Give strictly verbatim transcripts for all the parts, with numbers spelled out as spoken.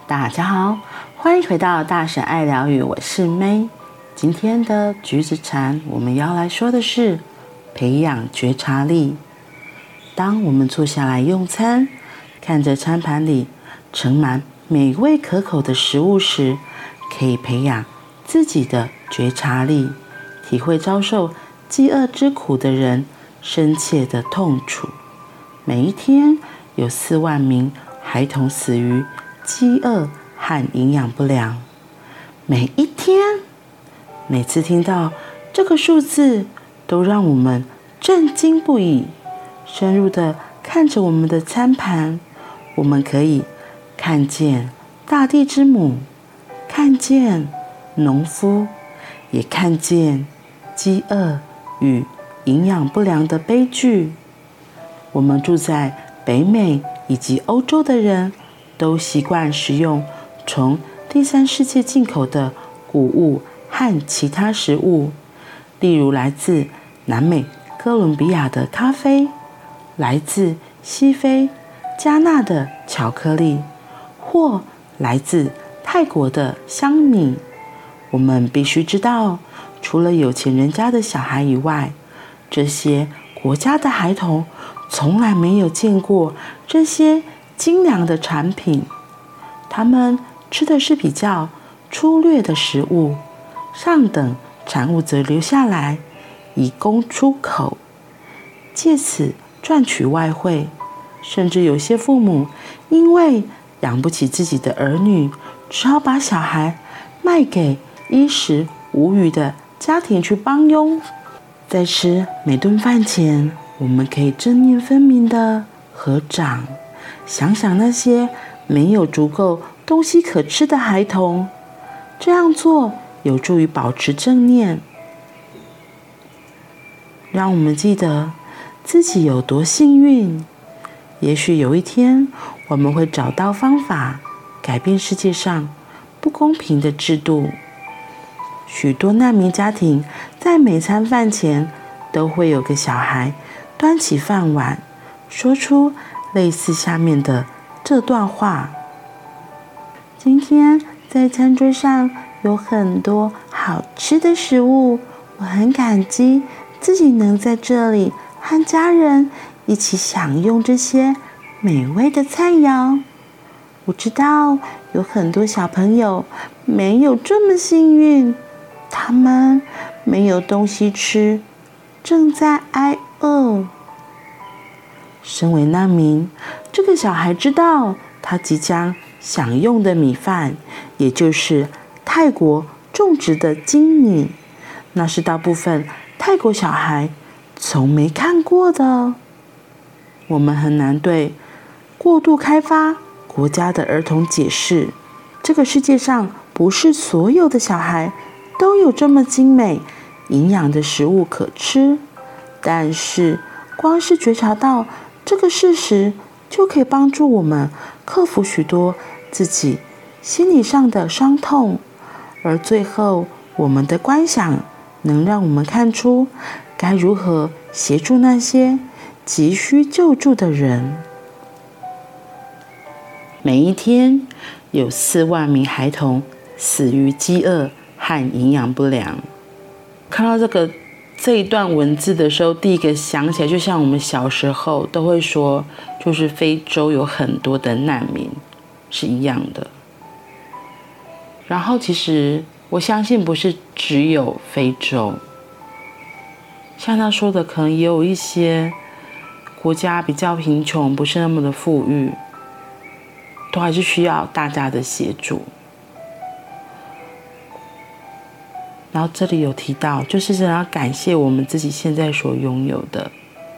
大家好，欢迎回到大婶爱疗愈，我是 May。今天的橘子禅，我们要来说的是培养觉察力。当我们坐下来用餐，看着餐盘里盛满美味可口的食物时，可以培养自己的觉察力，体会遭受饥饿之苦的人深切的痛楚。每一天有四万名孩童死于饥饿和营养不良。每一天，每次听到这个数字，都让我们震惊不已。深入的看着我们的餐盘，我们可以看见大地之母，看见农夫，也看见饥饿与营养不良的悲剧。我们住在北美以及欧洲的人，都习惯食用从第三世界进口的谷物和其他食物，例如来自南美哥伦比亚的咖啡，来自西非加纳的巧克力，或来自泰国的香米。我们必须知道，除了有钱人家的小孩以外，这些国家的孩童从来没有见过这些精良的产品。他们吃的是比较粗略的食物，上等产物则留下来以供出口，借此赚取外汇。甚至有些父母因为养不起自己的儿女，只好把小孩卖给衣食无余的家庭去帮佣。在吃每顿饭前，我们可以正念分明的合掌，想想那些没有足够东西可吃的孩童。这样做有助于保持正念，让我们记得自己有多幸运。也许有一天，我们会找到方法改变世界上不公平的制度。许多难民家庭在每餐饭前都会有个小孩端起饭碗，说出类似下面的这段话：今天在餐桌上有很多好吃的食物，我很感激自己能在这里和家人一起享用这些美味的菜肴。我知道有很多小朋友没有这么幸运，他们没有东西吃，正在挨饿。身为难民，这个小孩知道他即将享用的米饭，也就是泰国种植的精米，那是大部分泰国小孩从没看过的。我们很难对过度开发国家的儿童解释，这个世界上不是所有的小孩都有这么精美营养的食物可吃，但是光是觉察到这个事实，就可以帮助我们克服许多自己心理上的伤痛。而最后，我们的观想能让我们看出该如何协助那些急需救助的人。每一天有四万名孩童死于饥饿和营养不良。看到这个这一段文字的时候，第一个想起来，就像我们小时候都会说，就是非洲有很多的难民是一样的。然后其实我相信不是只有非洲，像他说的，可能也有一些国家比较贫穷，不是那么的富裕，都还是需要大家的协助。然后这里有提到，就是真的要感谢我们自己现在所拥有的。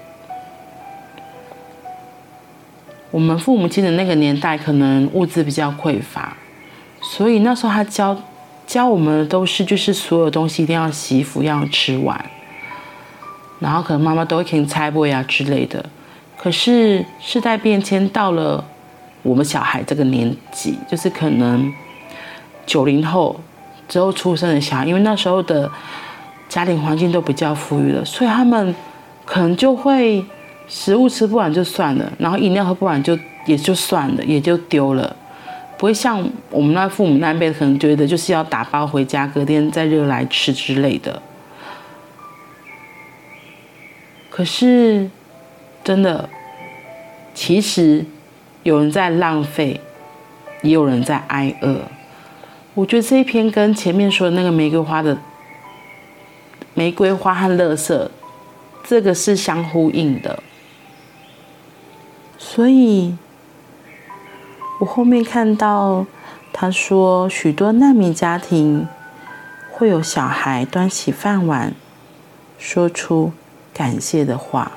我们父母亲的那个年代，可能物资比较匮乏，所以那时候他教教我们的都是，就是所有东西一定要洗衣服，要吃完。然后可能妈妈都会给你拆布呀之类的。可是世代变迁到了我们小孩这个年纪，就是可能九零后之后出生的小孩，因为那时候的家庭环境都比较富裕了，所以他们可能就会食物吃不完就算了，然后饮料喝不完就也就算了，也就丢了。 不会像我们那父母那辈可能觉得就是要打包回家，隔天再热来吃之类的。可是真的，其实有人在浪费，也有人在挨饿。我觉得这一篇跟前面说的那个玫瑰花的玫瑰花和垃圾，这个是相呼应的。所以我后面看到他说，许多难民家庭会有小孩端起饭碗，说出感谢的话，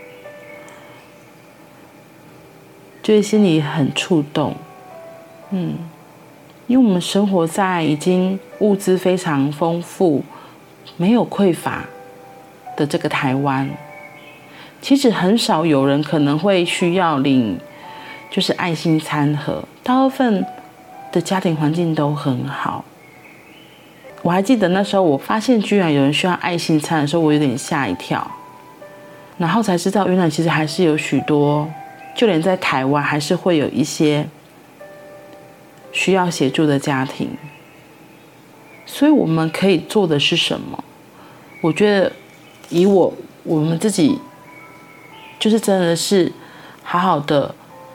觉得心里很触动。嗯，因为我们生活在已经物资非常丰富、没有匮乏的这个台湾，其实很少有人可能会需要领就是爱心餐盒，大部分的家庭环境都很好。我还记得那时候我发现居然有人需要爱心餐的时候，我有点吓一跳，然后才知道原来其实还是有许多，就连在台湾还是会有一些需要协助的家庭。所以我们可以做的是什么？我觉得以我我们自己就是真的是好好的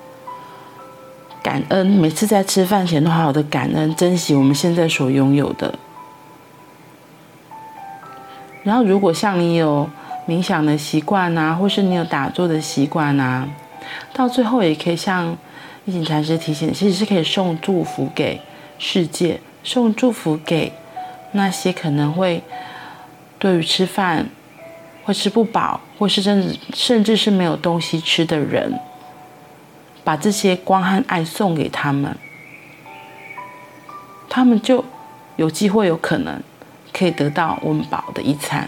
感恩，每次在吃饭前都好好的感恩，珍惜我们现在所拥有的。然后如果像你有冥想的习惯啊，或是你有打坐的习惯啊，到最后也可以像一行禅师提醒，其实是可以送祝福给世界，送祝福给那些可能会对于吃饭会吃不饱，或是甚至甚至是没有东西吃的人，把这些光和爱送给他们，他们就有机会有可能可以得到温饱的一餐。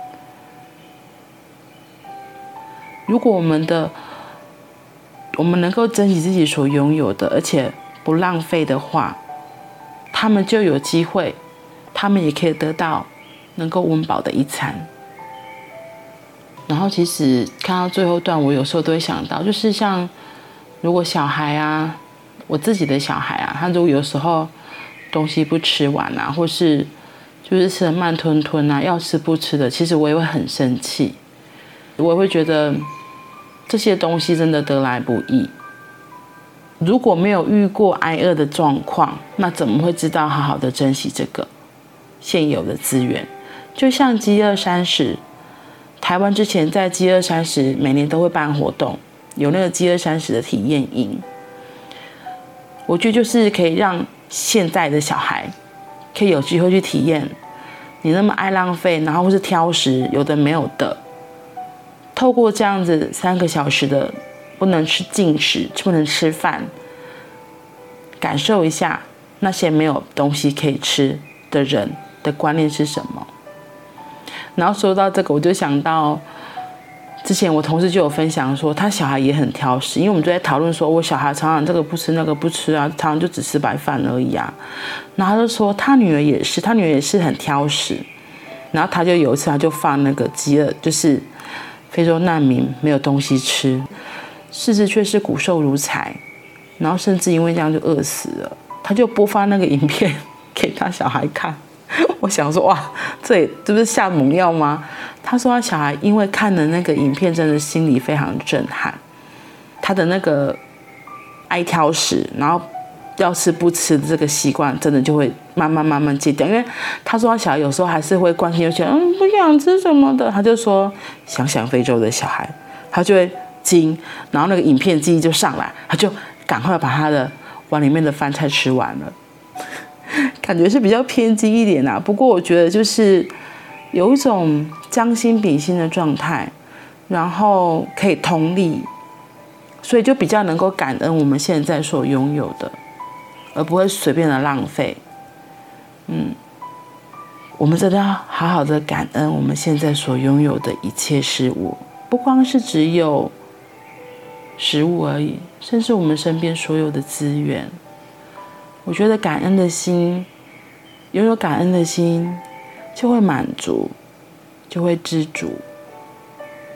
如果我们的我们能够珍惜自己所拥有的，而且不浪费的话，他们就有机会，他们也可以得到能够温饱的一餐。然后其实看到最后段，我有时候都会想到，就是像如果小孩啊，我自己的小孩啊，他如果有时候东西不吃完啊，或是就是吃的慢吞吞啊，要吃不吃的，其实我也会很生气，我也会觉得这些东西真的得来不易。如果没有遇过挨饿的状况，那怎么会知道好好的珍惜这个现有的资源？就像饥饿三十，台湾之前在饥饿三十每年都会办活动，有那个饥饿三十的体验营，我觉得就是可以让现在的小孩可以有机会去体验，你那么爱浪费，然后或是挑食，有的没有的，透过这样子三个小时的不能吃进食，不能吃饭，感受一下那些没有东西可以吃的人的观念是什么。然后说到这个，我就想到之前我同事就有分享说，他小孩也很挑食，因为我们就在讨论说，我小孩常常这个不吃那个不吃啊，常常就只吃白饭而已啊。然后他就说他女儿也是，他女儿也是很挑食。然后他就有一次他就放那个饥饿，就是非洲难民没有东西吃，事实却是骨瘦如柴，然后甚至因为这样就饿死了。他就播放那个影片给他小孩看。我想说，哇，这也这不是下猛药吗？他说他小孩因为看了那个影片，真的心里非常震撼，他的那个爱挑食，然后要吃不吃的这个习惯，真的就会慢慢慢慢戒掉。因为他说他小孩有时候还是会关心，有些嗯不想吃什么的，他就说想想非洲的小孩，他就会惊，然后那个影片记忆就上来，他就赶快把他的碗里面的饭菜吃完了。感觉是比较偏激一点啊，不过我觉得就是有一种将心比心的状态，然后可以同理，所以就比较能够感恩我们现在所拥有的，而不会随便的浪费。嗯，我们真的要好好的感恩我们现在所拥有的一切事物，不光是只有食物而已，甚至我们身边所有的资源。我觉得感恩的心，拥有感恩的心，就会满足，就会知足，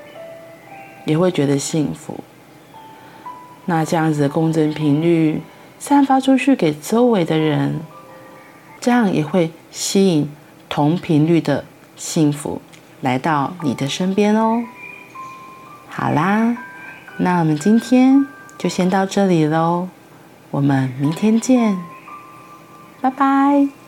也会觉得幸福。那这样子的共振频率， 散发出去给周围的人，这样也会吸引同频率的幸福来到你的身边哦。好啦，那我们今天就先到这里咯，我们明天见，拜拜。